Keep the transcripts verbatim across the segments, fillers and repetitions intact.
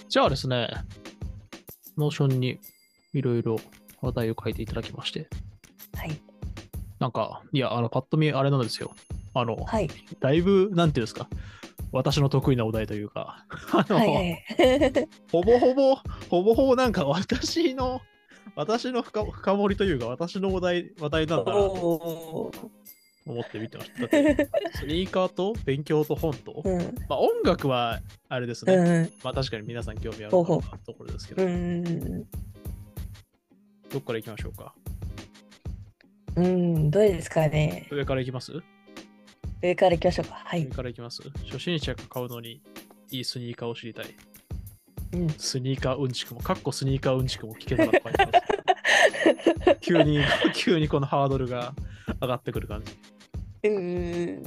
じゃあですね、ノーションにいろいろ話題を書いていただきまして、 はい。 なんか、いや、あの、パッと見あれなんですよ。あの、 はい。 だいぶ、なんていうんですか、私の得意なお題というか、あの、 はいはい。 ほぼほぼ、ほぼほぼなんか私の、私の深深掘りというか、私のお題、話題なんだなとおー。 思って見てました。だって、スニーカーと勉強と本と、 うん。 まあ音楽はあれですね。 うん。 まあ確かに皆さん興味あるほうほだろうなところですけう。 ど、 うん。 どっから行きましょうか。 うん。どれですかね。 上から行きます上から行きましょうか。は上い。 から行きます初心者が買うのにいいスニーカーを知りたい。 うん。 スニーカーうんちくも、かっこスニーカーうんちくも聞けたらとか言ってます。急に、急にこのハードルが上がってくる感じ。 うん。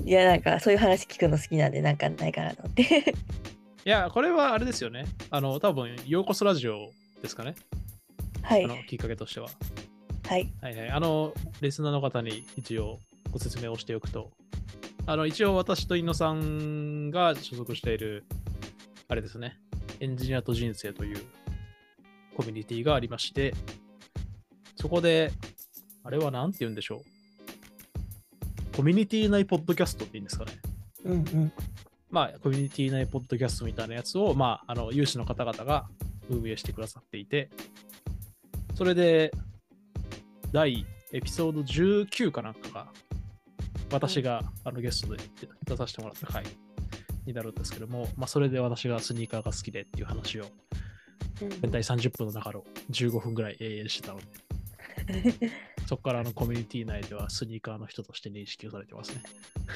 いや、なんか、そういう話聞くの好きなんで、なんかないかなと思って。 いや、これはあれですよね。あの、多分、ヨーコスラジオですかね。 はい。 あの、きっかけとしては。 はい。 はいはい。あの、リスナーの方に一応ご説明をしておくと、あの、一応私と猪野さんが所属している、あれですね、エンジニアと人生というコミュニティがありまして、そこで、あれは何て言うんでしょう。コミュニティ内ポッドキャストっていいんですかね。 うんうん。 まあ、コミュニティ内ポッドキャストみたいなやつを、まあ、あの、有志の方々が運営してくださっていて、それで、第エピソードじゅうきゅうかなんかが、私があのゲストで出させてもらった回になるんですけども、まあ、それで私がスニーカーが好きでっていう話を、全体さんじゅっぷんの中のじゅうごふんぐらい永遠してたので、そこからあのコミュニティ内ではスニーカーの人として認識をされてますね。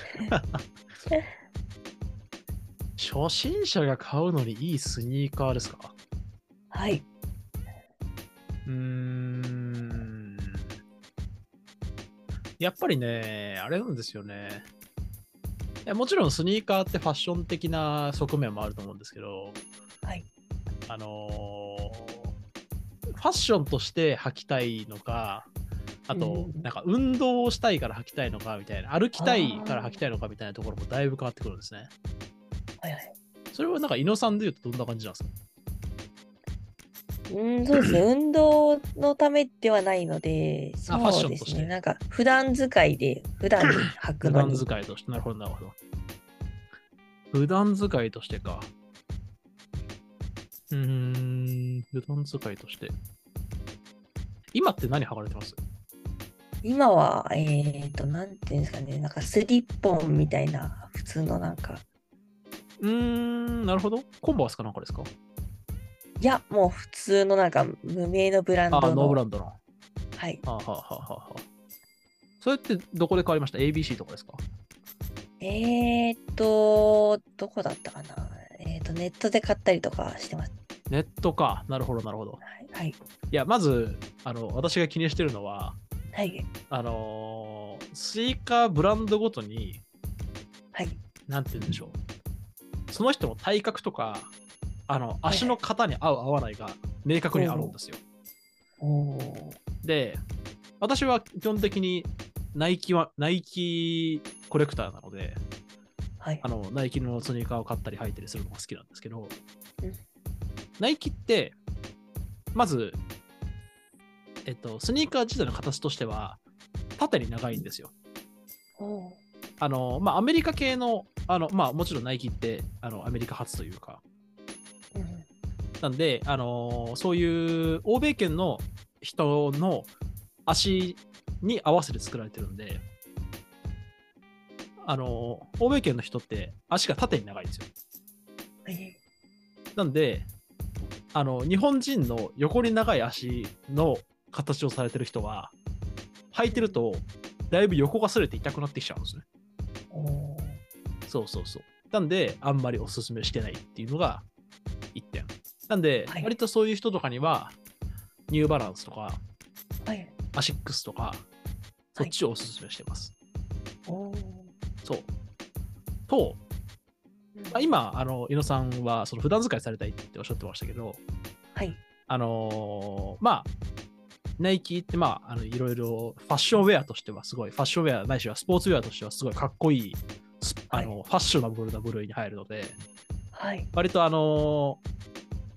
初心者が買うのにいいスニーカーですか？ はい。 うーん。やっぱりね、あれなんですよね。いやもちろんスニーカーってファッション的な側面もあると思うんですけど、 はい。 あのーファッションとして履きたいのか、あと、なんか運動をしたいから履きたいのかみたいな、歩きたいから履きたいのかみたいなところもだいぶ変わってくるんですね。 はいはい。 それはなんか、猪野さんで言うとどんな感じなんですか？ うん、そうですね。運動のためではないので、 あ、ファッそうですね。 ションとして。 なんか、普段使いで、普段に履く普段のに。 使いとして。なるほど、なるほど。普段使いとしてか。うーん、普段使いとして。今って何履かれてます？ 今は、えっと、なんていうんですかね。なんか、スリッポンみたいな、普通のなんか、 うーん、なるほど。コンバースかなんかですか？ いや、もう普通のなんか、無名のブランあ、 ドの、 ノーブランドの。ははい。 あ、はあはあはあはあ、それってどこで買われました？ エービーシー とかですか？ えっと、どこだったかな。えっと、ネットで買ったりとかしてます。 ネットか。なるほど、なるほど。 はい。はい。 いや、まず、あの、私が気にしてるのは、 はい。 あのースイカブランドごとに、 はい。 なんて言うんでしょう。その人の体格とか、あの、 はい。 足の型に合う合わないが明確にあるんですよ。 おー。 で、私は基本的にナイキは、ナイキコレクターなので、 はい。 あの、ナイキのスニーカーを買ったり履いたりするのが好きなんですけど、 うん。 ナイキって、まず、えっと、スニーカー自体の形としては、縦に長いんですよ。 おー。 あの、まあ、アメリカ系の、あの、まあ、もちろんナイキって、あの、アメリカ発というか、 うん。 なんで、あのーそういう欧米圏の人の足に合わせて作られてるんで、あのー欧米圏の人って足が縦に長いんですよ。 はい。 なんで、あの、日本人の横に長い足の形をされてる人は、履いてると、だいぶ横が擦れて痛くなってきちゃうんですね。 おー。 そうそうそう。なんで、あんまりおすすめしてないっていうのがいってん。なんで、 はい。 割とそういう人とかには、ニューバランスとか、 はい。 アシックスとか、そはい。 っちをおすすめしてます。 おー。 そう。と、 うん。 まあ、今、あの、猪野さんは、その普段使いされたいっておっしゃってましたけど、 はい。 あのーまあ、ナイキって、まあ、あの、いろいろファッションウェアとしてはすごい、ファッションウェアないしはスポーツウェアとしてはすごいかっこいい、あの、 はい。 ファッショナブルな部類に入るので、 はい。 割とあのー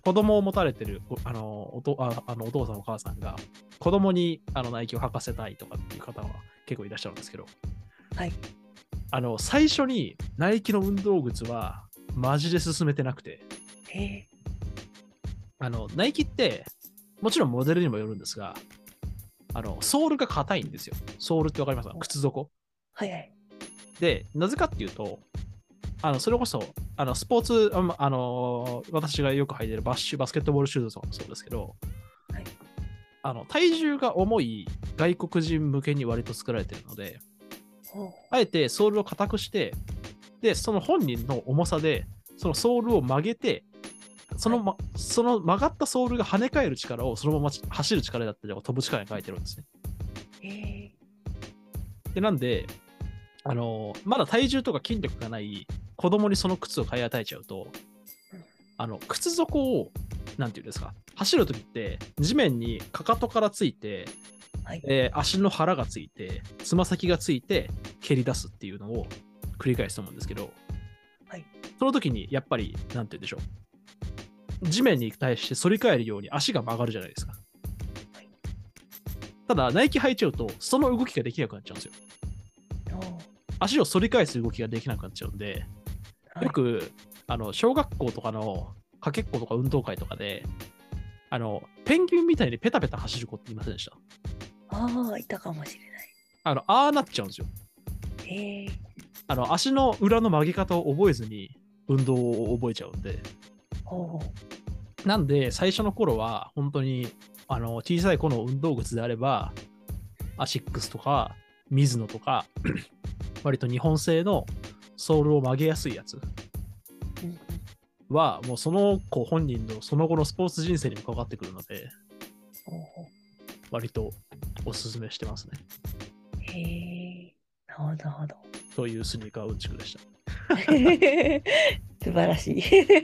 子供を持たれてるあのおとああのお父さんお母さんが子供にあのナイキを履かせたいとかっていう方は結構いらっしゃるんですけど、 はい。 あの最初にナイキの運動靴はマジで進めてなくて、 へえ。 あのナイキってもちろんモデルにもよるんですが、あのソールが硬いんですよ。ソールってわかりますか？靴底。 はいはい。 で、なぜかっていうと、あのそれこそあのスポーツ、ああの私がよく履いてるバッシュバスケットボールシューズとかもそうですけど、 はい。 あの体重が重い外国人向けに割と作られているので、 おあえてソールを硬くして、で、その本人の重さで、そのソールを曲げて、その,、まはその曲がったソールが跳ね返る力をそのまま走る力だったり飛ぶ力に変えてるんですね。 へえ。 で、なんで、あのまだ体重とか筋力がない子供にその靴を買い与えちゃうと、あの靴底を、なんていうんですか、走るときって地面にかかとからついて、 はい。 えー足の腹がついて、つま先がついて蹴り出すっていうのを繰り返すと思うんですけど、 はい。 その時にやっぱり、なんて言うんでしょう、地面に対して反り返るように足が曲がるじゃないですか。 はい。 ただ、ナイキ履いちゃうと、その動きができなくなっちゃうんですよ。 お足を反り返す動きができなくなっちゃうんで、 はい。 よく、あの、小学校とかのかけっことか運動会とかで、あの、ペンギンみたいにペタペタ走る子って言いませんでした？ ああ、いたかもしれない。 あの、ああなっちゃうんですよ。 へえ。 あの、足の裏の曲げ方を覚えずに運動を覚えちゃうんで。 おなんで、最初の頃は、本当に、あの、小さい子の運動靴であれば、アシックスとか、ミズノとか、割と日本製のソールを曲げやすいやつうんは、もうその子本人のその後のスポーツ人生にもかかってくるので、 お割とおすすめしてますね。 へえ。なるほど、なるほど。 というスニーカーうんちくでした。 素晴らしい。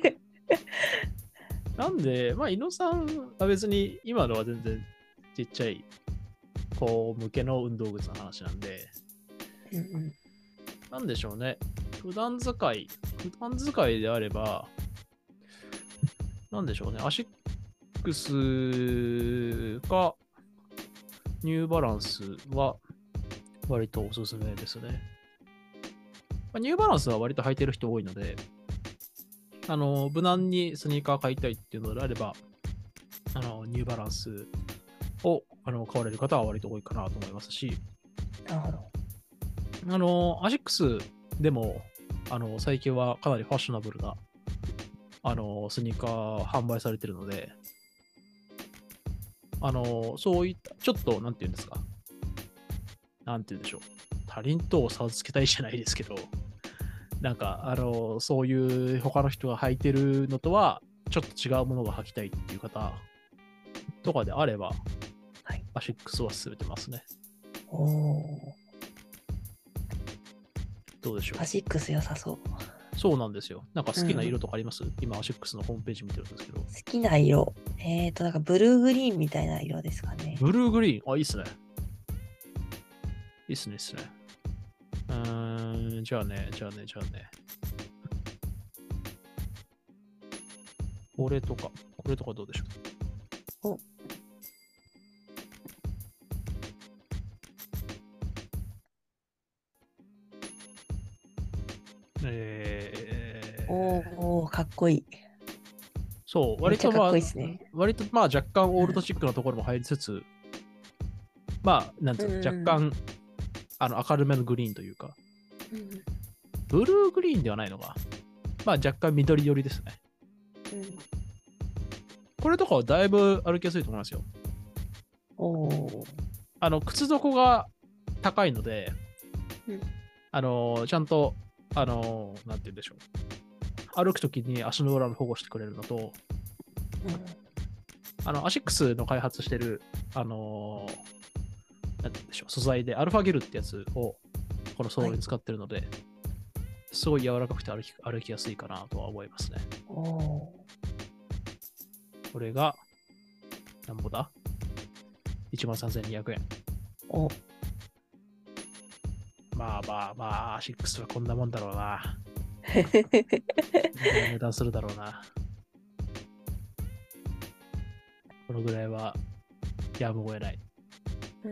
なんで、まあ、伊野さんは別に今のは全然ちっちゃい子向けの運動靴の話なんで、 うんうん。 なんでしょうね。普段使い、普段使いであれば、なんでしょうね。アシックスかニューバランスは割とおすすめですね。まあニューバランスは割と履いてる人多いので、あの、無難にスニーカー買いたいっていうのであれば、あの、ニューバランスをあの買われる方は割と多いかなと思いますし、 なるほど。 あの、アシックスでも、あの、最近はかなりファッショナブルな、あの、スニーカー販売されてるので、あの、そういった、ちょっと、なんていうんですか、なんていうんでしょう、他人とを差をつけたいじゃないですけど、なんか、あの、そういう他の人が履いてるのとは、ちょっと違うものが履きたいっていう方とかであれば、 はい。 アシックスは進めてますね。 おお。 どうでしょアシックス良さそう。 う。そうなんですよ。なんか好きな色とかあります？うん、今、アシックスのホームページ見てるんですけど。 好きな色。えっと、なんかブルーグリーンみたいな色ですかね。 ブルーグリーン。あ、いいっすね。いいっすね、いいっすね。うーん、じゃあね、じゃあね、じゃあね。これとか、これとかどうでしょう。 おえー、 おー、かっこいい。 そう、 めっちゃかっ割とまあ、 こいいですね。 割とまあ若干オールドチックなところも入りつつ、まあ、なんつうの、 うん若干あの明るめのグリーンというか、 うんブルーグリーンではないのが、まあ若干緑寄りですね。 うんこれとかはだいぶ歩きやすいと思いますよ。 おー。 あの、靴底が高いので、 うんあの、ちゃんと、あの、なんて言うんでしょう。歩くときに足の裏の保護してくれるのと、あの、アシックスの開発してる、あの、なんて言うんでしょう、素材でアルファゲルってやつをこのソールに使ってるので、すごい柔らかくて歩き歩きやすいかなとは思いますね。 うんおー。 これが、なんぼだ ?いちまんさんぜんにひゃくえん。 おまあまあまあ、アシックスはこんなもんだろうな。こんな値段するだろうな。 このぐらいはやむを得ない。 うん。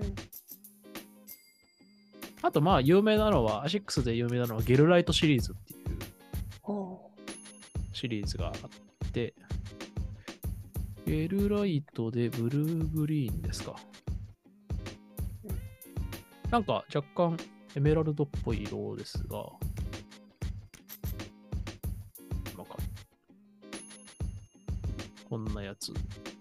あとまあ有名なのは、アシックスで有名なのはゲルライトシリーズっていうおう。 シリーズがあって、ゲルライトでブルーグリーンですか。 うんなんか若干エメラルドっぽい色ですが、なんかこんなやつ。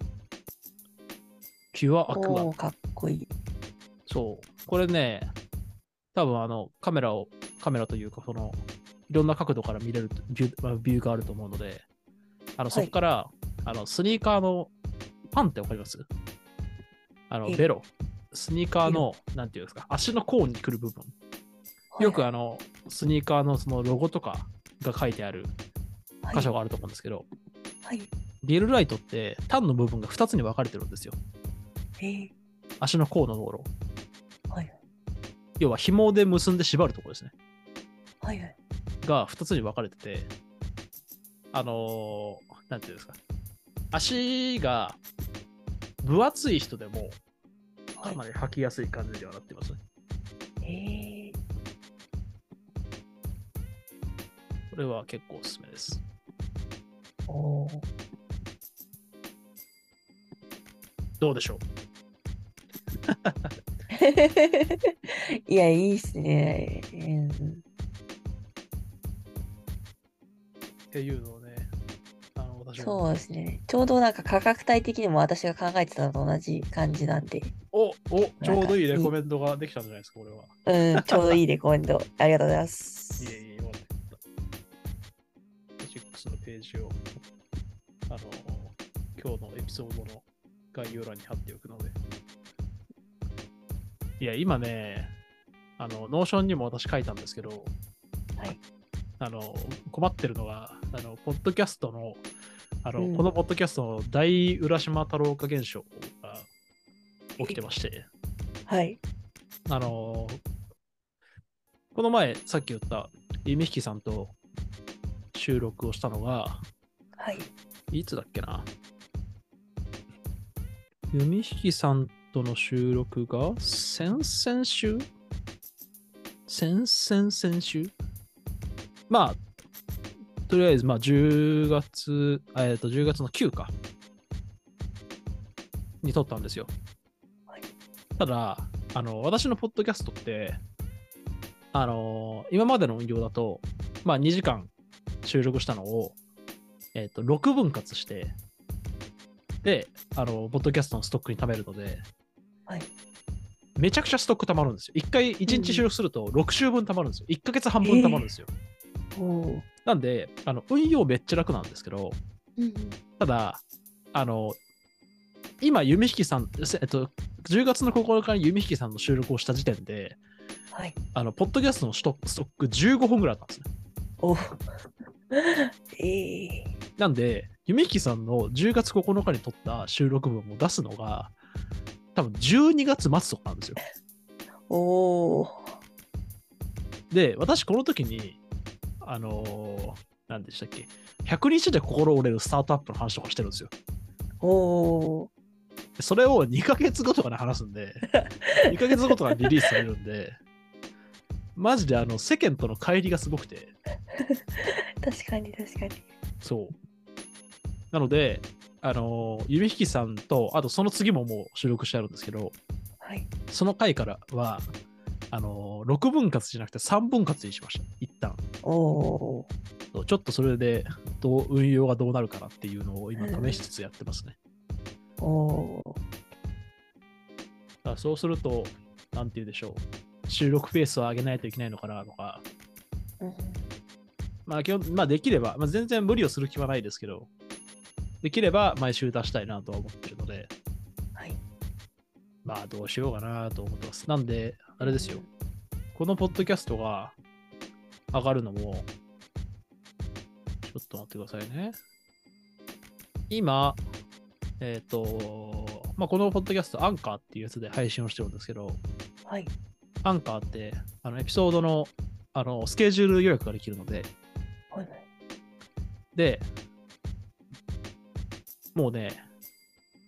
ピュアアクア。 おー、かっこいい。 そう。これね、多分あのカメラを、カメラというか、その、いろんな角度から見れるビュー、ビューがあると思うので、あのそこから、あのスニーカーのパンってわかります？あのえベロ。スニーカーの、なんていうんですか、足の甲に来る部分。よくあの、スニーカーのそのロゴとかが書いてある箇所があると思うんですけど、 はい。 ゲルライトってタンの部分がふたつに分かれてるんですよ。 えー、 足の甲の道路。 はい。 要は紐で結んで縛るところですね。 はいはい。 がふたつに分かれてて、あのー、なんていうんですか。足が分厚い人でもかなり履きやすい感じにはなってますね。 えー、 これは結構おすすめです。 おー。 どうでしょう？ いや、いいっすね。うん、 っていうのをね、あの私はそうですね。ちょうどなんか価格帯的にも私が考えてたのと同じ感じなんで。 お、お、ちょうどいいレコなんかメントができたんじゃないですか、これは。 うん、ちょうどいいレコメント。ありがとうございまいえす。 いえ、よかった。シックスのページを、あの、今日のエピソードの概要欄に貼っておくので。いや、今ね、あの、ノーションにも私書いたんですけど、 はい。 あの、困ってるのが、あの、ポッドキャストの、あの、 うんこのポッドキャストの大浦島太郎化現象が起きてまして、 はい。 あの、この前、さっき言った、ゆみひきさんと収録をしたのが、 はい。 いつだっけな。ゆみひきさんとの収録が、先々週先々先週まあ、とりあえず、まあ、じゅうがつ、えっと、じゅうがつのくか。に撮ったんですよ。 はい。 ただ、あの、私のポッドキャストって、あの、今までの運用だと、まあ、にじかん収録したのを、えっと、ろくぶん割して、で、あの、ポッドキャストのストックに貯めるので、 はい。 めちゃくちゃストック貯まるんですよ。いっかい、いちにち収録するとろく週分貯まるんですよ。いっかげつはんぶん貯まるんですよ。 おー。 なんで、あの、運用めっちゃ楽なんですけど、 うん。 ただ、あの、今、弓引さん、えっと、じゅうがつのここのかに弓引さんの収録をした時点で、 はい。 あの、ポッドキャストのストックじゅうごほんぐらいあったんですね。 おえー、 なんで、弓引さんのじゅうがつここのかに撮った収録分を出すのが、多分じゅうにがつ末とかなんですよ。 おー。 で、私この時に、あのー、何でしたっけ、ひゃくにちで心折れるスタートアップの話とかしてるんですよ。 おー。 それをにかげつごとかで話すんで、にかげつごとかリリースされるんで、マジであの世間との乖離がすごくて。 確かに確かに。 そう。なので、あのー、弓引さんと、あとその次ももう収録してあるんですけど、 はい。 その回からは、あのー、ろくぶん割じゃなくてさんぶん割にしました。一旦。 おー。 ちょっとそれでどう運用がどうなるかなっていうのを今試しつつやってますね。 うん、おー。 だからそうすると、なんて言うでしょう。収録ペースを上げないといけないのかなとか、 うん、 まあ基本、まあできれば、まあ、全然無理をする気はないですけど、できれば毎週出したいなとは思ってるので、 はい。 まあどうしようかなと思ってます。なんで、あれですよ。このポッドキャストが上がるのも、ちょっと待ってくださいね。今、えっ、ー、と、まあこのポッドキャスト、アンカーっていうやつで配信をしてるんですけど、 はい。 アンカーってあのエピソードのあのスケジュール予約ができるので、 はい。 で、もうね、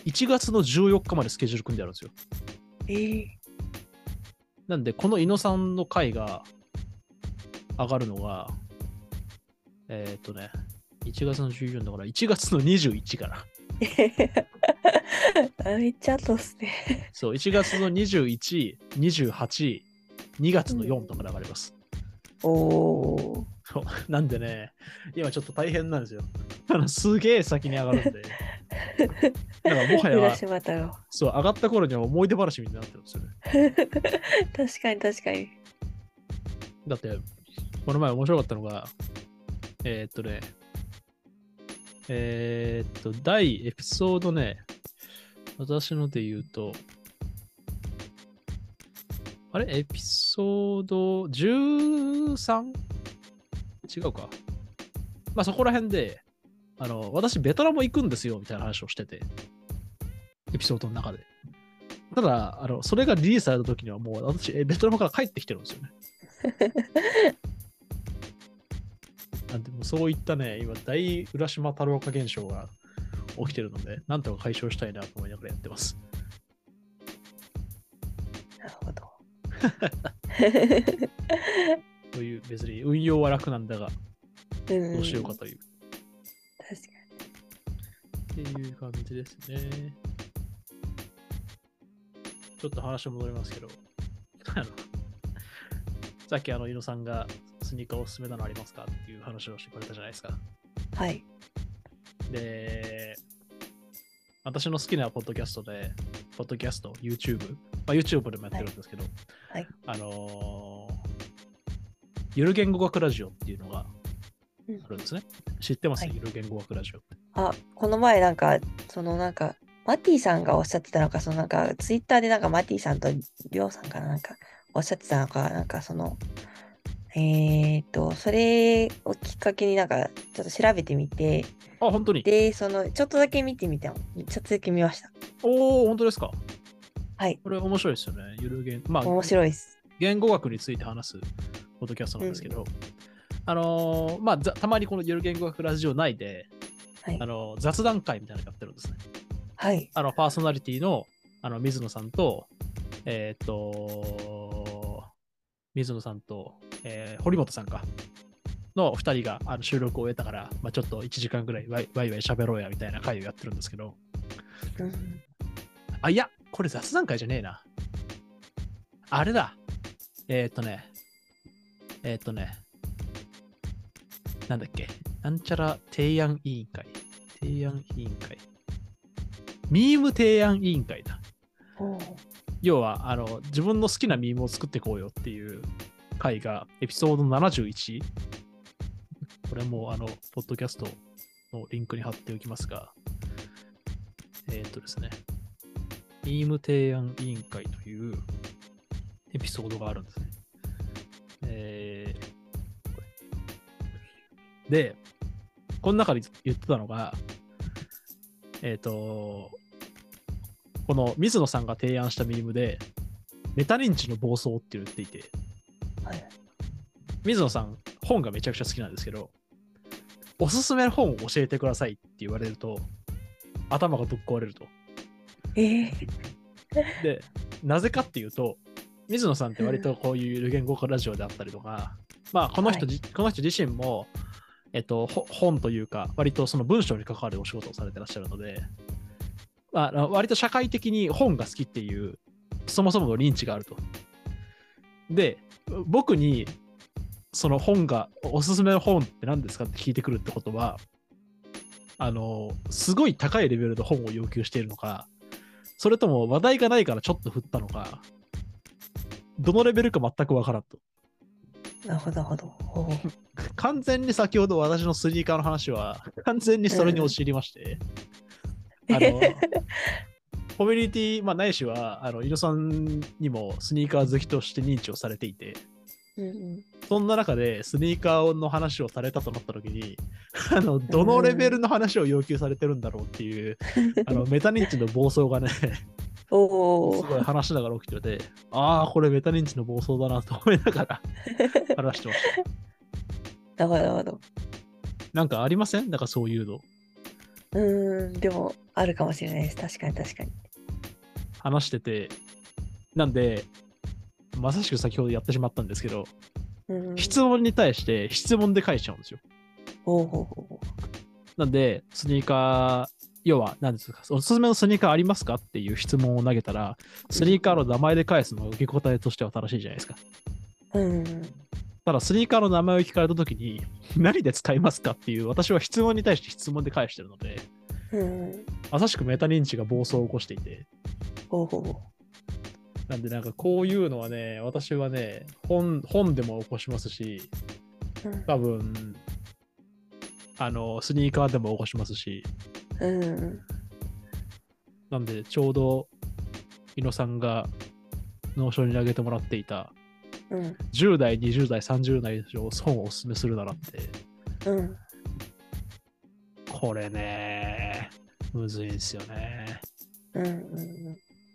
いちがつのじゅうよっかまでスケジュール組んであるんですよ。 えー、 なんで、この伊野さんの回が上がるのが、えっとね、いちがつのじゅうよっかだからいちがつのにじゅういちかな。 めっちゃ後っすね。 そう、いちがつのにじゅういち、にじゅうはち、にがつのよんとかで上がります。 うん、おー。 そうなんでね、今ちょっと大変なんですよ。あのすげえ先に上がるんで。だからもはや、 浦島太郎。 そう、上がった頃には思い出話みたいになってるんですよね。 確かに確かに。 だって、この前面白かったのが、えー、っとね、えー、っと、第エピソードね、私ので言うと、あれエピソード じゅうさん？ 違うか。まあそこら辺で、あの、私ベトナム行くんですよみたいな話をしてて、エピソードの中で。ただ、あの、それがリリースされた時にはもう私、ベトナムから帰ってきてるんですよね。なんで、もうそういったね、今、大浦島太郎化現象が起きてるので、なんとか解消したいなと思いながらやってます。 なるほど。 という、別に運用は楽なんだが、どうしようかという。 確かに。っていう感じですね。ちょっと話戻りますけど、あのさっきあの、伊野さんがスニーカーおすすめなのありますかっていう話をしてくれたじゃないですか。 はい。 で、私の好きなポッドキャストで、ポッドキャスト、YouTube、まあ、YouTube でもやってるんですけど、 はいはい、 あのー、ゆる言語学ラジオっていうのがあるんですね。うん、知ってます、はい、ゆる言語学ラジオって。 あ、この前なんか、そのなんか、マティさんがおっしゃってたのか、そのなんか、ツイッターでなんかマティさんとりょうさんかな、なんか、おっしゃってたのか、なんかその、えー、っと、それをきっかけになんか、ちょっと調べてみて、 あ、本当に？ で、その、ちょっとだけ見てみたの。ちょっとだけ見ました。 おー、本当ですか？ はい。 これ面白いですよね。ゆる言、まあ、 面白いです。 言語学について話すポッドキャストなんですけど、うん、あのー、まあ、たまにこのゆる言語学ラジオ内で、はい、あの雑談会みたいなのやってるんですね。 はい。 あの、パーソナリティの、あの、水野さんと、えっ、ー、と、水野さんと、えー、堀本さんか。のふたりがあの収録を終えたから、まあ、ちょっといちじかんぐらいワイワイワイ喋ろうやみたいな会をやってるんですけど、うん、あ、いや、これ雑談会じゃねえな。あれだ。えー、っとね、えー、っとね、なんだっけ、なんちゃら提案委員会。提案委員会。ミーム提案委員会だ。要は、あの、自分の好きなミームを作っていこうよっていう会が、エピソードななじゅういち。これも、あの、ポッドキャストのリンクに貼っておきますが、えー、っとですね、ミーム提案委員会というエピソードがあるんですね。えー、これで、この中で言ってたのが、えっと、この水野さんが提案したミームで、メタ認知の暴走って言っていて、はい、水野さん、本がめちゃくちゃ好きなんですけど、おすすめの本を教えてくださいって言われると、頭がぶっ壊れると。 えー、 で、なぜかっていうと、水野さんって割とこういうゆる言語化ラジオであったりとか、まあこの人、はい、この人自身も、えっと、本というか、割とその文章に関わるお仕事をされてらっしゃるので、まあ、割と社会的に本が好きっていう、そもそもの認知があると。で、僕に、その本が、おすすめの本って何ですかって聞いてくるってことは、あの、すごい高いレベルの本を要求しているのか、それとも話題がないからちょっと振ったのか、どのレベルか全くわからんと。 なるほど、なるほど。 完全に先ほど私のスニーカーの話は、完全にそれに陥りまして、うん、あの、コミュニティ、まあ、ないしは、あの、伊野さんにもスニーカー好きとして認知をされていて、うんうん、そんな中でスニーカーの話をされたとなった時に、あの、どのレベルの話を要求されてるんだろうっていう、うん、あの、メタ認知の暴走がね、おすごい話しながら起きてて、ああ、これメタ認知の暴走だなと思いながら話してました。 なるほど。 なんかありません？なんかそういうの。 うーん、でも、あるかもしれないです。確かに確かに。 話してて、なんで、まさしく先ほどやってしまったんですけど、 うーん。 質問に対して質問で返しちゃうんですよ。 ほうほうほうほなんで、スニーカー、要は、何ですか、おすすめのスニーカーありますかっていう質問を投げたら、スニーカーの名前で返すのが受け答えとしては正しいじゃないですか。 う。うーん。 ただ、スニーカーの名前を聞かれたときに、何で使いますかっていう、私は質問に対して質問で返してるので、 うーん。 まさしくメタ認知が暴走を起こしていて、 ほうほうほなんで、なんかこういうのはね、私はね、本本でも起こしますし、 う。うん。 多分、あの、スニーカーでも起こしますし、 うーん。 なんで、ちょうど、猪野さんがノーションに上げてもらっていた、 うん。 じゅう代、にじゅう代、さんじゅう代以上、本をおすすめするならって、 うん。 これね、むずいんですよね。 うん。うん。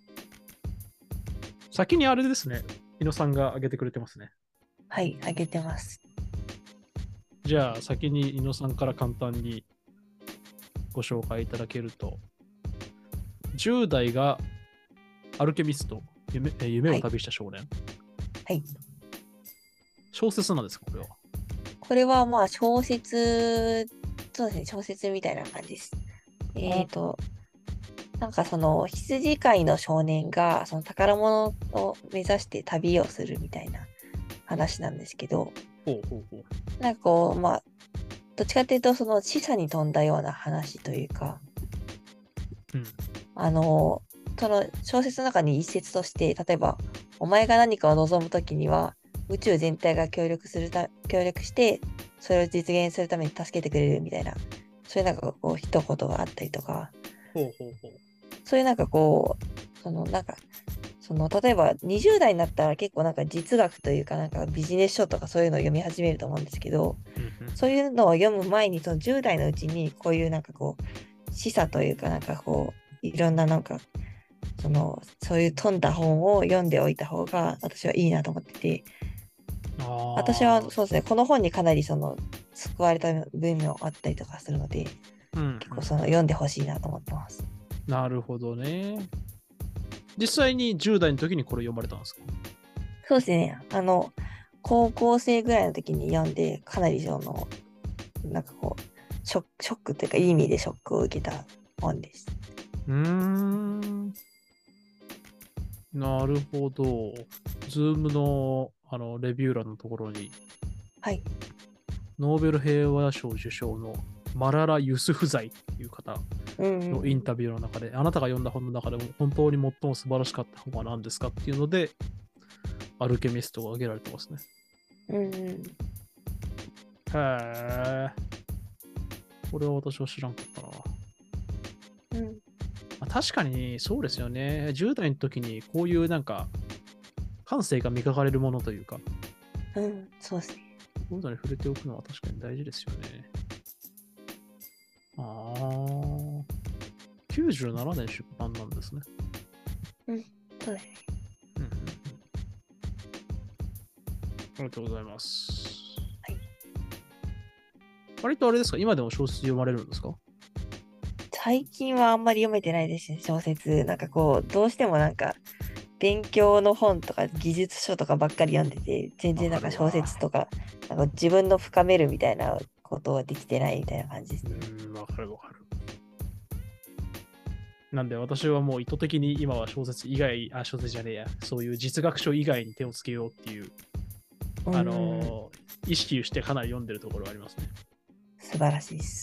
先にあれですね、猪野さんが上げてくれてますね。 はい、あげてます。 じゃあ、先に猪野さんから簡単にご紹介いただけると、じゅう代がアルケミスト、夢夢を旅した少年。 はい。 小説なんですか、これは。 これはまあ小説、そうですね、小説みたいな感じです。えっと、なんかその羊飼いの少年がその宝物を目指して旅をするみたいな話なんですけど、 ほうほうほう。 なんかこう、まあ、どっちかっていうとその示唆に富んだような話というか、 うん。 あの、その小説の中に一節として、例えば、お前が何かを望むときには、宇宙全体が協力するた、協力して、それを実現するために助けてくれるみたいな、そういうなんかこう、一言があったりとか、 ほうほうほう。 そういうなんかこう、そのなんか、その例えばにじゅう代になったら結構なんか実学というかなんかビジネス書とかそういうのを読み始めると思うんですけど、 うんうん、 そういうのを読む前にそのじゅう代のうちにこういうなんかこう示唆というかなんかこういろんななんかそのそういう富んだ本を読んでおいた方が私はいいなと思ってて、私はああ、 そうですね、この本にかなりその救われた部分もあったりとかするので、 うんうん、 結構その読んでほしいなと思ってます。 なるほどね。実際にじゅう代の時にこれ読まれたんですか？ そうですね、あの高校生ぐらいの時に読んでかなりそのなんかこうショック、ショックっていうかいい意味でショックを受けた本です。 うーん。なるほど。ズームのあのレビュー欄のところに、 はい。 ノーベル平和賞受賞のマララ・ユスフザイっていう方うんうのインん。 タビューの中で、あなたが読んだ本の中でも本当に最も素晴らしかった本は何ですかっていうので、アルケミストが挙げられてますね。 うんうん。 へえ。これは私は知らんかったな。 うん。 まあ、確かにそうですよね。じゅう代の時にこういうなんか感性が磨かれるものというか、 うん。そうですね。 こういうのに触れておくのは確かに大事ですよね。ああ。きゅうじゅうななねん出版なんですね。 うん。そうですね。 うんうんうん。ありがとうございます。 はい。 割とあれですか、今でも小説読まれるんですか？ 最近はあんまり読めてないですね、小説。なんかこう、どうしてもなんか、勉強の本とか技術書とかばっかり読んでて、全わ然なんか小かるわ。 説とか、なんか自分の深めるみたいなことはできてないみたいな感じですうね。 ーん、わかるわかる。なんで私はもう意図的に今は小説以外、あ、小説じゃねえや、そういう実学書以外に手をつけようっていう、 うん。 あのー意識してかなり読んでるところはありますね。 素晴らしいです。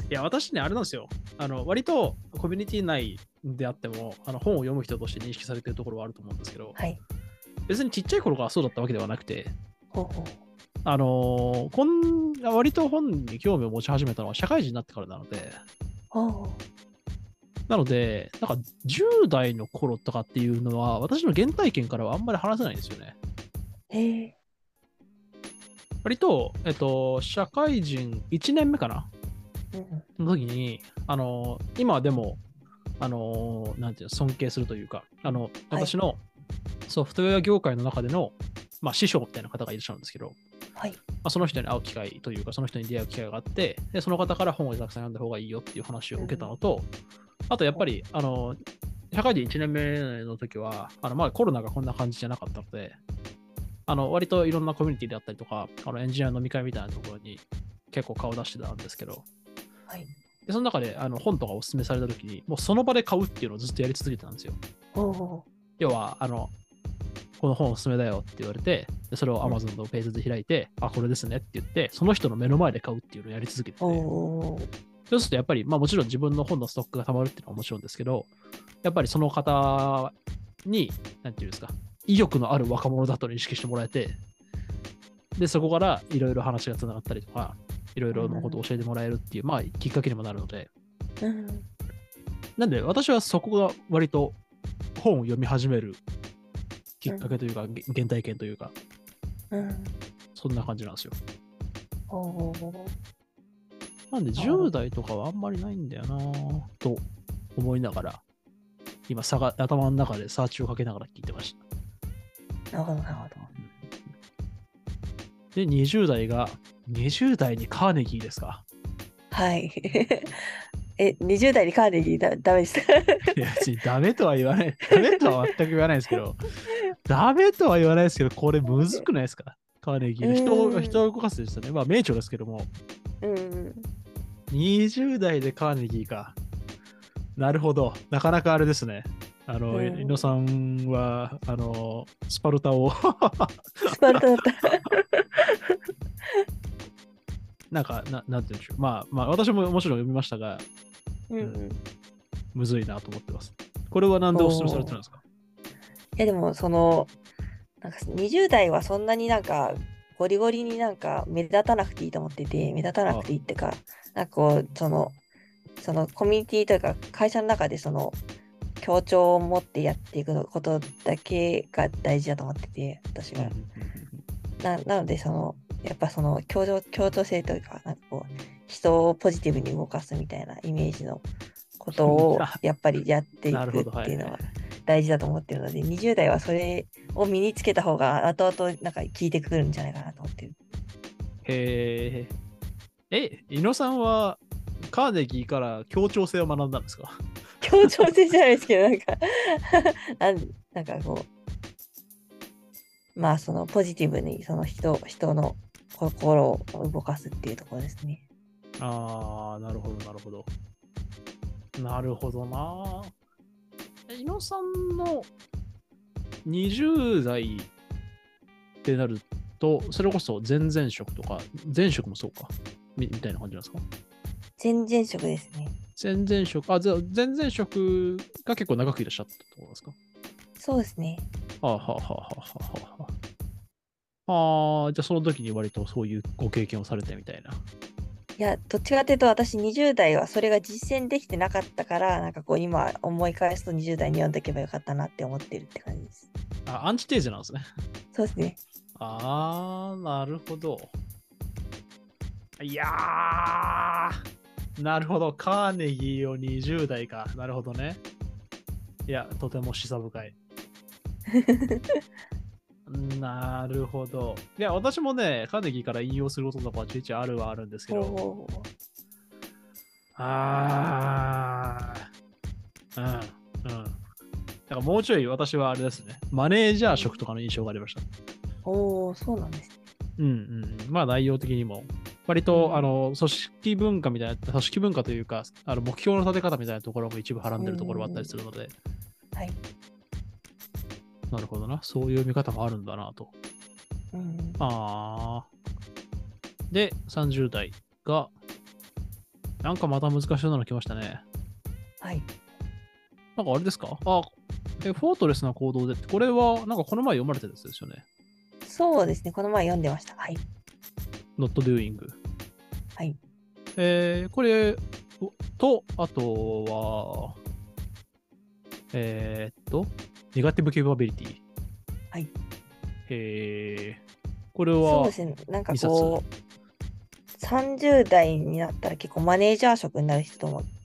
いや、私ね、あれなんですよ。あの、割とコミュニティ内であっても、あの本を読む人として認識されてるところはあると思うんですけど、 はい。 別にちっちゃい頃からそうだったわけではなくて、 ほうほう。 あのーこん割と本に興味を持ち始めたのは社会人になってからなので、 ほうほなので、なんかじゅう代の頃とかっていうのは、私の原体験からはあんまり話せないんですよね。 う。へえ。 割と、えっと、社会人いちねんめかなうんの時に、あのー今はでも、あのーなんていうの、尊敬するというか、あの、 はい。 私のソフトウェア業界の中での、まあ、師匠みたいな方がいらっしゃるんですけど、 はい。 あ、その人に会う機会というか、その人に出会う機会があって、でその方から本をたくさん読んだ方がいいよっていう話を受けたのと、あとやっぱり、あの、社会人いちねんめの時は、あのまあコロナがこんな感じじゃなかったので、あの割といろんなコミュニティであったりとか、あのエンジニアの飲み会みたいなところに結構顔出してたんですけど、 はい。 でその中であの本とかお勧めされた時に、もうその場で買うっていうのをずっとやり続けてたんですよ。 お要は、あの、この本おすすめだよって言われて、でそれを Amazon のページで開いて、うん、あ、これですねって言って、その人の目の前で買うっていうのをやり続けてて、そうするとやっぱり、まあもちろん自分の本のストックが溜まるっていうのはもちろんですけど、やっぱりその方に、なんていうんですか、意欲のある若者だと認識してもらえて、で、そこからいろいろ話がつながったりとか、いろいろなことを教えてもらえるっていう、まあきっかけにもなるので、 うん、 なんで私はそこが割と本を読み始めるきっかけというか、うん、原体験というか、うん、そんな感じなんですよ。なんでじゅう代とかはあんまりないんだよなぁと思いながら、今さが頭の中でサーチをかけながら聞いてました。 なるほど、なるほど。 で、にじゅう代が、にじゅう代にカーネギーですか？ はい。え、にじゅう代にカーネギーだダメですか？ いや、別にダメとは言わない。ダメとは全く言わないですけど、ダメとは言わないですけど、これむずくないですか？カーネギーの人を、人を動かすですよね。まあ、名著ですけども。 うん。 にじゅう代でカーネギーか。なるほど。なかなかあれですね。あの、うん、井野さんは、あの、スパルタを。 スパルタだった。 なんかな、なんて言うんでしょう。まあ、まあ、私ももちろん読みましたが、 うんうん、 むずいなと思ってます。これはなんでおすすめされてるんですか？ いや、でも、その、なんかにじゅう代はそんなになんか、ゴリゴリになんか目立たなくていいと思ってて、目立たなくていいってか、なんかこう、その、そのコミュニティというか、会社の中でその、協調を持ってやっていくことだけが大事だと思ってて、私は。な, なので、その、やっぱその協調、協調性というか、なんかこう、人をポジティブに動かすみたいなイメージのことをやっぱりやっていくっていうのは大事だと思ってるので、にじゅう代はそれを身につけた方が後々なんか効いてくるんじゃないかなと思ってる。 へえ。え、井野さんはカーネギーから協調性を学んだんですか？ 協調性じゃないですけど、なんかなん、なんかこう、まあそのポジティブにその人、人の心を動かすっていうところですね。 ああ、なるほど、なるほど。なるほどな。井野さんのにじゅう代ってなると、それこそ前々職とか、前職もそうか、み, みたいな感じなんですか？ 前々職ですね。 前々職、あ、前々職が結構長くいらっしゃったってことですか？ そうですね。 はあ、はあはあはあはあ、ああ、じゃあその時に割とそういうご経験をされてみたいな。 いや、どっちかというと私にじゅう代はそれが実践できてなかったから、なんかこう今思い返すとにじゅう代に読んでおけばよかったなって思ってるって感じです。 あ、アンチテーゼなんですね。 そうですね。 あー、なるほど。いやー、なるほど。カーネギーをにじゅう代か。なるほどね。いや、とても示唆深い。なるほど。いや、私もね、カーネギーから引用することとかはちょいちょいあるはあるんですけど。あー、うん、うん。だからもうちょい私はあれですね。マネージャー職とかの印象がありました。 おー、そうなんですね。 うんうん。まあ内容的にも。割と、うん、あの組織文化みたいな、組織文化というか、あの目標の立て方みたいなところも一部はらんでるところがあったりするので。 はい。 なるほどな。そういう見方もあるんだなと。 うん、 ああ。で、さんじゅう代が、なんかまた難しそうなの来ましたね。 はい。 なんかあれですか？あ、え、フォートレスな行動でって、これはなんかこの前読まれたやつですよね。 そうですね。この前読んでました。はい。 Not doing。 はい。 えー、これと、あとは、えー、っと、ネガティブケーパビリティ。 はい。 えー、これは、 そうですね。なんかこう、さんじゅう代になったら結構マネージャー職になる人も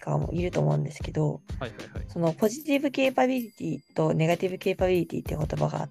かもいると思うんですけど、 はいはいはい。 そのポジティブケーパビリティとネガティブケーパビリティって言葉があって、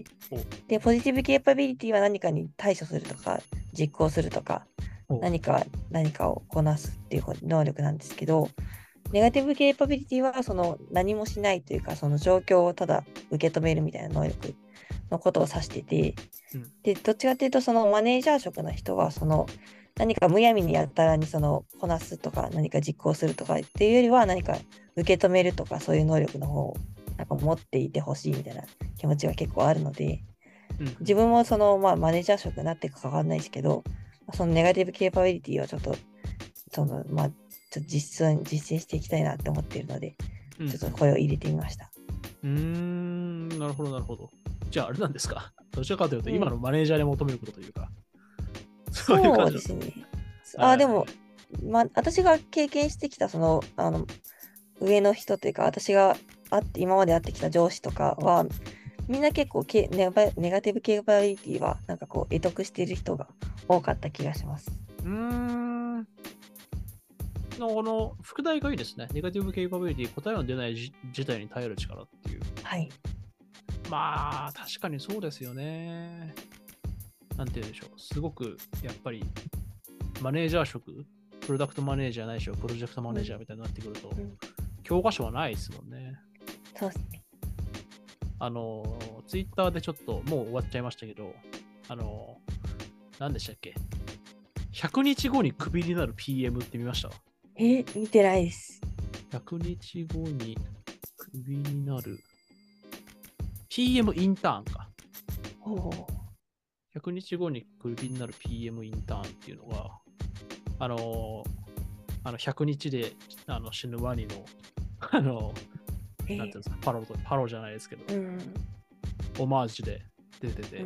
おで、ポジティブケーパビリティは何かに対処するとか、実行するとか、 お何か、何かをこなすっていう能力なんですけど、ネガティブケーパビリティはその何もしないというか、その状況をただ受け止めるみたいな能力のことを指してて、 うん、 で、どっちかっていうと、そのマネージャー職の人は、その何かむやみにやったらにそのこなすとか、何か実行するとかっていうよりは、何か受け止めるとか、そういう能力の方をなんか持っていてほしいみたいな気持ちが結構あるので、 うん、 自分もその、まあ、マネージャー職になっていくかわかんないですけど、そのネガティブケーパビリティをちょっと、その、まあ、ちょっと実践、実践していきたいなって思っているので、 うん、 ちょっと声を入れてみました。 うーん、なるほど、なるほど。じゃあ、あれなんですか。どちらかというと、 うん、 今のマネージャーに求めることというか、そういう感じの。 そうですね。あ、 はい。 でも、まあ、私が経験してきた、その、あの、上の人というか、私があって、今まで会ってきた上司とかは、みんな結構ケネガ、ネガティブケーパビリティは、なんかこう、得得している人が多かった気がします。 うーん。のこの副題がいいですね。ネガティブケイパビリティ、答えの出ないじ事態に耐える力っていう。 はい。 まあ、確かにそうですよね。なんて言うんでしょう。すごく、やっぱり、マネージャー職、プロダクトマネージャーないしはプロジェクトマネージャーみたいになってくると、 うん、 教科書はないですもんね。 そうですね。 あの、ツイッターでちょっともう終わっちゃいましたけど、あの、何でしたっけ ?ひゃく 日後にクビになる ピーエム って見ました？ え、見てないです。 ひゃくにちごにクビになる ピーエム インターンか。 おお。 ひゃくにちごにクビになる ピーエム インターンっていうのが、あの、あのひゃくにちであの死ぬワニの、あの、 えなんていうんですか、パロと、パロじゃないですけど、 うん。 オマージュで出てて、 うん。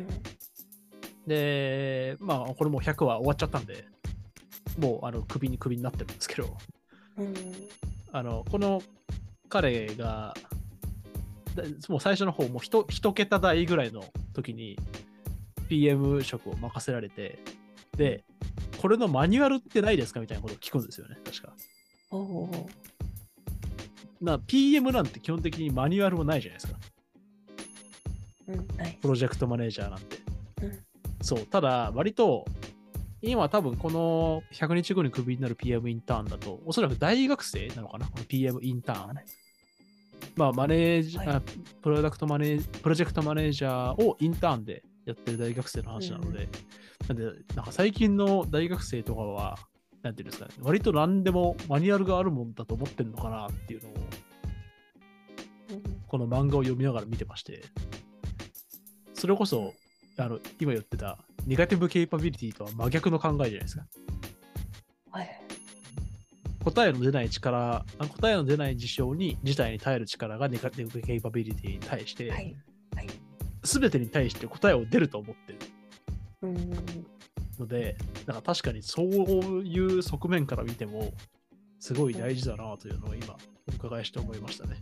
で、まあ、これもうひゃくは終わっちゃったんで、もう、あの、クビにクビになってるんですけど、 うん。 あの、この彼が、もう最初の方、もう一一桁台ぐらいの時に ピーエム 職を任せられて、で、これのマニュアルってないですかみたいなことを聞くんですよね、確か。 おお。 な ピーエム なんて基本的にマニュアルもないじゃないですか。 うん。ない。 プロジェクトマネージャーなんて。 うん。 そう、ただ、割と、今多分このひゃくにちごにクビになる ピーエム インターンだと、おそらく大学生なのかなこの ピーエム インターン。まあ、マネージ、 はいあプロダクトマネー、プロジェクトマネージャーをインターンでやってる大学生の話なので、なんで、なんか最近の大学生とかは、なんていうんですかね、割と何でもマニュアルがあるもんだと思ってるのかなっていうのを、 うん。 この漫画を読みながら見てまして、それこそ、あの、今言ってた、ネガティブケイパビリティとは真逆の考えじゃないですか。 はい。 答えの出ない力、あ答えの出ない事象に、事態に耐える力がネガティブケイパビリティに対して、 はい。はい。 すべてに対して答えを出ると思ってるうん。 ので、なんか確かにそういう側面から見ても、すごい大事だなというのを今、お伺いして思いましたね。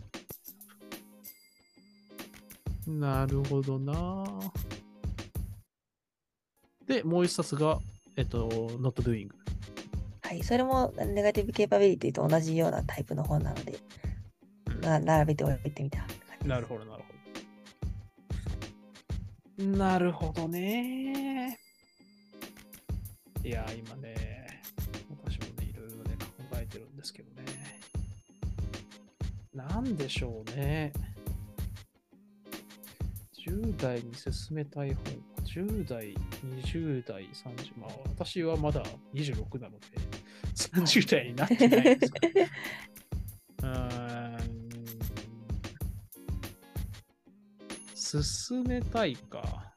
なるほどな。で、もう一冊が、えっと、Not Doing。 はい。それもネガティブケーパビリティと同じようなタイプの本なので、な並べておいてみた感じです。 なるほど、なるほど。なるほどね。いや、今ね、私もね、いろいろね、考えてるんですけどね。なんでしょうね。じゅう代に進めたい本。じゅう代、にじゅう代、さんじゅう、まあ私はまだにじゅうろくなので、さんじゅう代になってないですから。うーん。進めたいか。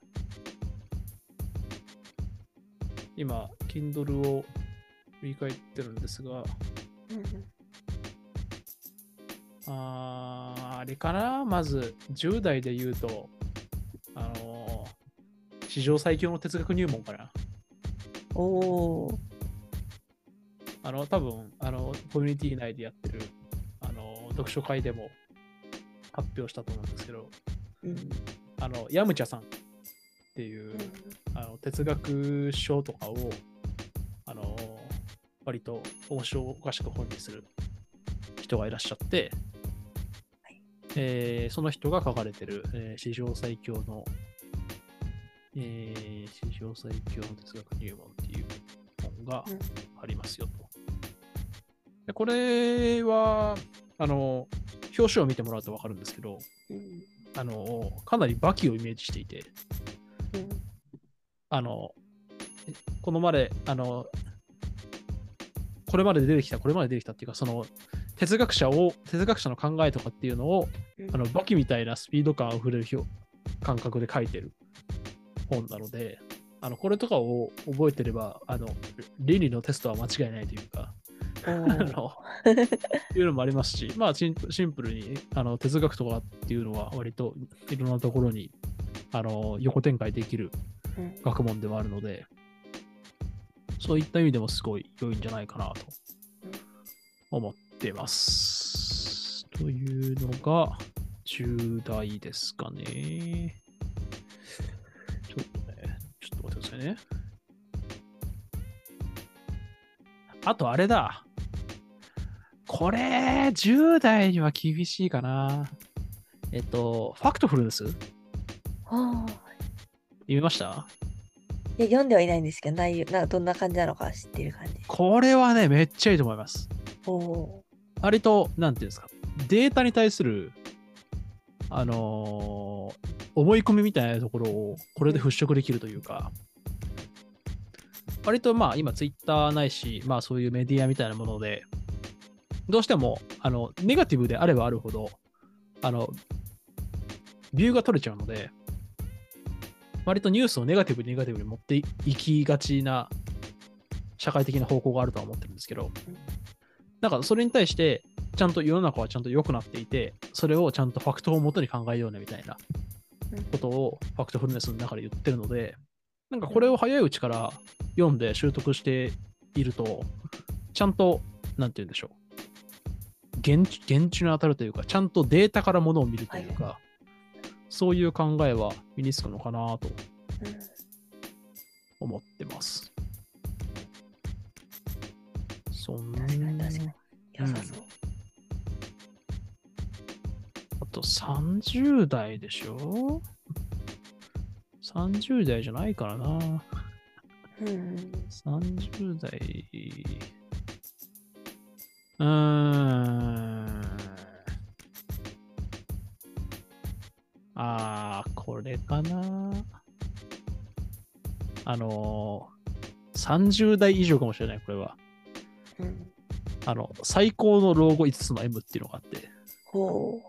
今、Kindle を振り返ってるんですが、 うん。 あー、あれかなまず、じゅう代で言うと、あのー、史上最強の哲学入門かな。 おお。 あの、多分、あの、コミュニティ内でやってる、あの、読書会でも発表したと思うんですけど、 うん。 あの、ヤムチャさんっていう、 うん。 あの哲学書とかを、あの、割と面白おかしく本にする人がいらっしゃって、 はいえーその人が書かれてる、えー史上最強の、えー史上最強の哲学入門っていう本がうんありますよと。でこれは、あの、表紙を見てもらうと分かるんですけど、 うんあの、かなりバキをイメージしていて、 うんあの、このまで、あの、これまで出てきた、これまで出てきたっていうか、その、哲学者を、哲学者の考えとかっていうのを、 うんあの、バキみたいなスピード感あふれる表感覚で書いてる本なので、あの、これとかを覚えてれば、あの、倫理のテストは間違いないというか、 おあーの、いうのもありますし、まあシンプシンプルにあの哲学とかっていうのは割といろんなところにあの横展開できるうん学問でもあるので、そういった意味でもすごい良いんじゃないかなと思っています。というのが重大ですかね。ちょっとね、ちょっと待ってくださいね。あとあれだ。これ、じゅう代には厳しいかな。えっと、ファクトフルネス読ああ。 みました？ いや、読んではいないんですけど、内容、なんかどんな感じなのか知ってる感じ。 これはね、めっちゃいいと思います。 おお割と、なんていうんですか、データに対する、あのー思い込みみたいなところを、これで払拭できるというか、割とまあ、今、ツイッターないし、まあ、そういうメディアみたいなもので、どうしても、あの、ネガティブであればあるほど、あの、ビューが取れちゃうので、割とニュースをネガティブにネガティブに持っていきがちな社会的な方向があるとは思ってるんですけど、だからそれに対して、ちゃんと世の中はちゃんと良くなっていて、それをちゃんとファクトをもとに考えようねみたいなことをファクトフルネスの中で言ってるので、なんかこれを早いうちから読んで習得していると、ちゃんと、なんて言うんでしょう。現現地に当たるというか、ちゃんとデータからものを見るというか、そういう考えは身につくのかなと思ってます。そんな確かに確かに。良さそう。 あとさんじゅう代でしょ ?さんじゅう 代じゃないからな。 うんうんさんじゅう代。うーん。あー、これかな。あのー、さんじゅう代以上かもしれない、これは。 うんあの、最高の老後いつつの M っていうのがあって、 ほ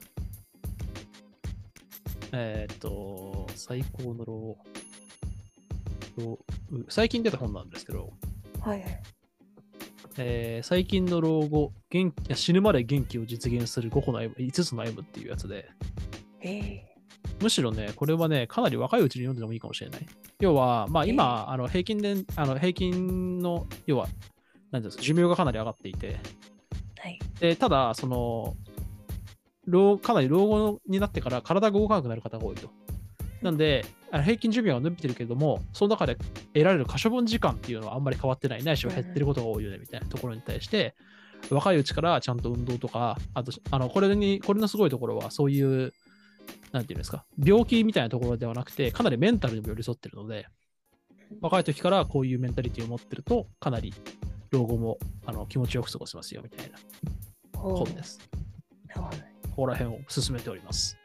えーっと、最高の老老最近出た本なんですけど、 う。はいはい。 えー最近の老後元気、死ぬまで元気を実現するごこの M、いつつの M っていうやつで、 えむしろね、これはね、かなり若いうちに読んでもいいかもしれない。要は、まあ今、あの平均で、あの平均の、要は、なんていうんですか、寿命がかなり上がっていて、 ー、はい。 でただ、その、老かなり老後になってから体が動かなくなる方が多いと。なんで、あの平均寿命は伸びてるけれども、その中で得られる可処分時間っていうのはあんまり変わってない、ないしは減ってることが多いよねみたいなところに対して、若いうちからちゃんと運動とか、あと、あのこれに、これのすごいところは、そういう、なんていうんですか、病気みたいなところではなくて、かなりメンタルにも寄り添ってるので、若い時からこういうメンタリティを持ってると、かなり老後もあの気持ちよく過ごせますよみたいなほう本です。 なるほど。 ここら辺を進めております。